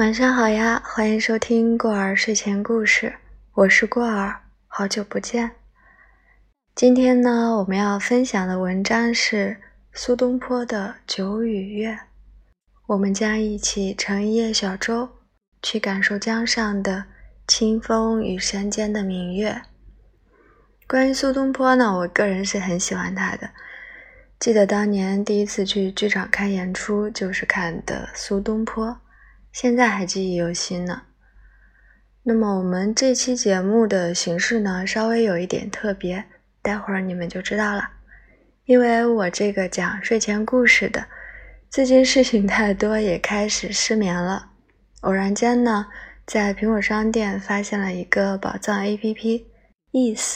晚上好呀，欢迎收听过儿睡前故事，我是过儿，好久不见。今天呢，我们要分享的文章是苏东坡的《九与月》，我们将一起乘一叶小舟，去感受江上的清风与山间的明月。关于苏东坡呢，我个人是很喜欢他的。记得当年第一次去剧场看演出，就是看的苏东坡，现在还记忆犹新呢。那么我们这期节目的形式呢，稍微有一点特别，待会儿你们就知道了。因为我这个讲睡前故事的，最近事情太多，也开始失眠了。偶然间呢，在苹果商店发现了一个宝藏 APP EASE，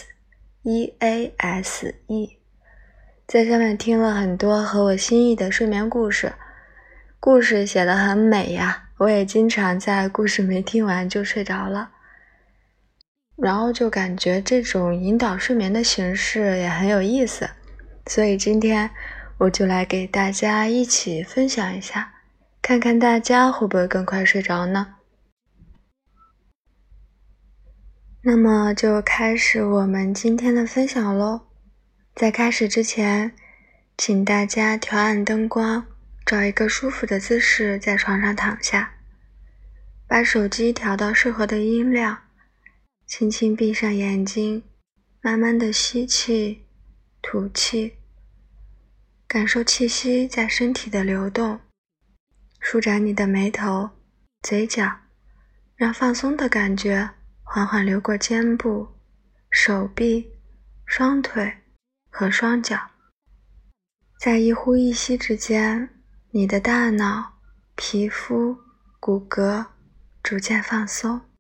EASE， 在上面听了很多合我心意的睡眠故事，故事写得很美呀，我也经常在故事没听完就睡着了。然后就感觉这种引导睡眠的形式也很有意思，所以今天我就来给大家一起分享一下，看看大家会不会更快睡着呢？那么就开始我们今天的分享咯。在开始之前，请大家调暗灯光，找一个舒服的姿势在床上躺下，把手机调到适合的音量，轻轻闭上眼睛，慢慢的吸气吐气，感受气息在身体的流动，舒展你的眉头嘴角，让放松的感觉缓缓流过肩部手臂双腿和双脚。在一呼一吸之间，你的大脑皮肤骨骼逐渐放松。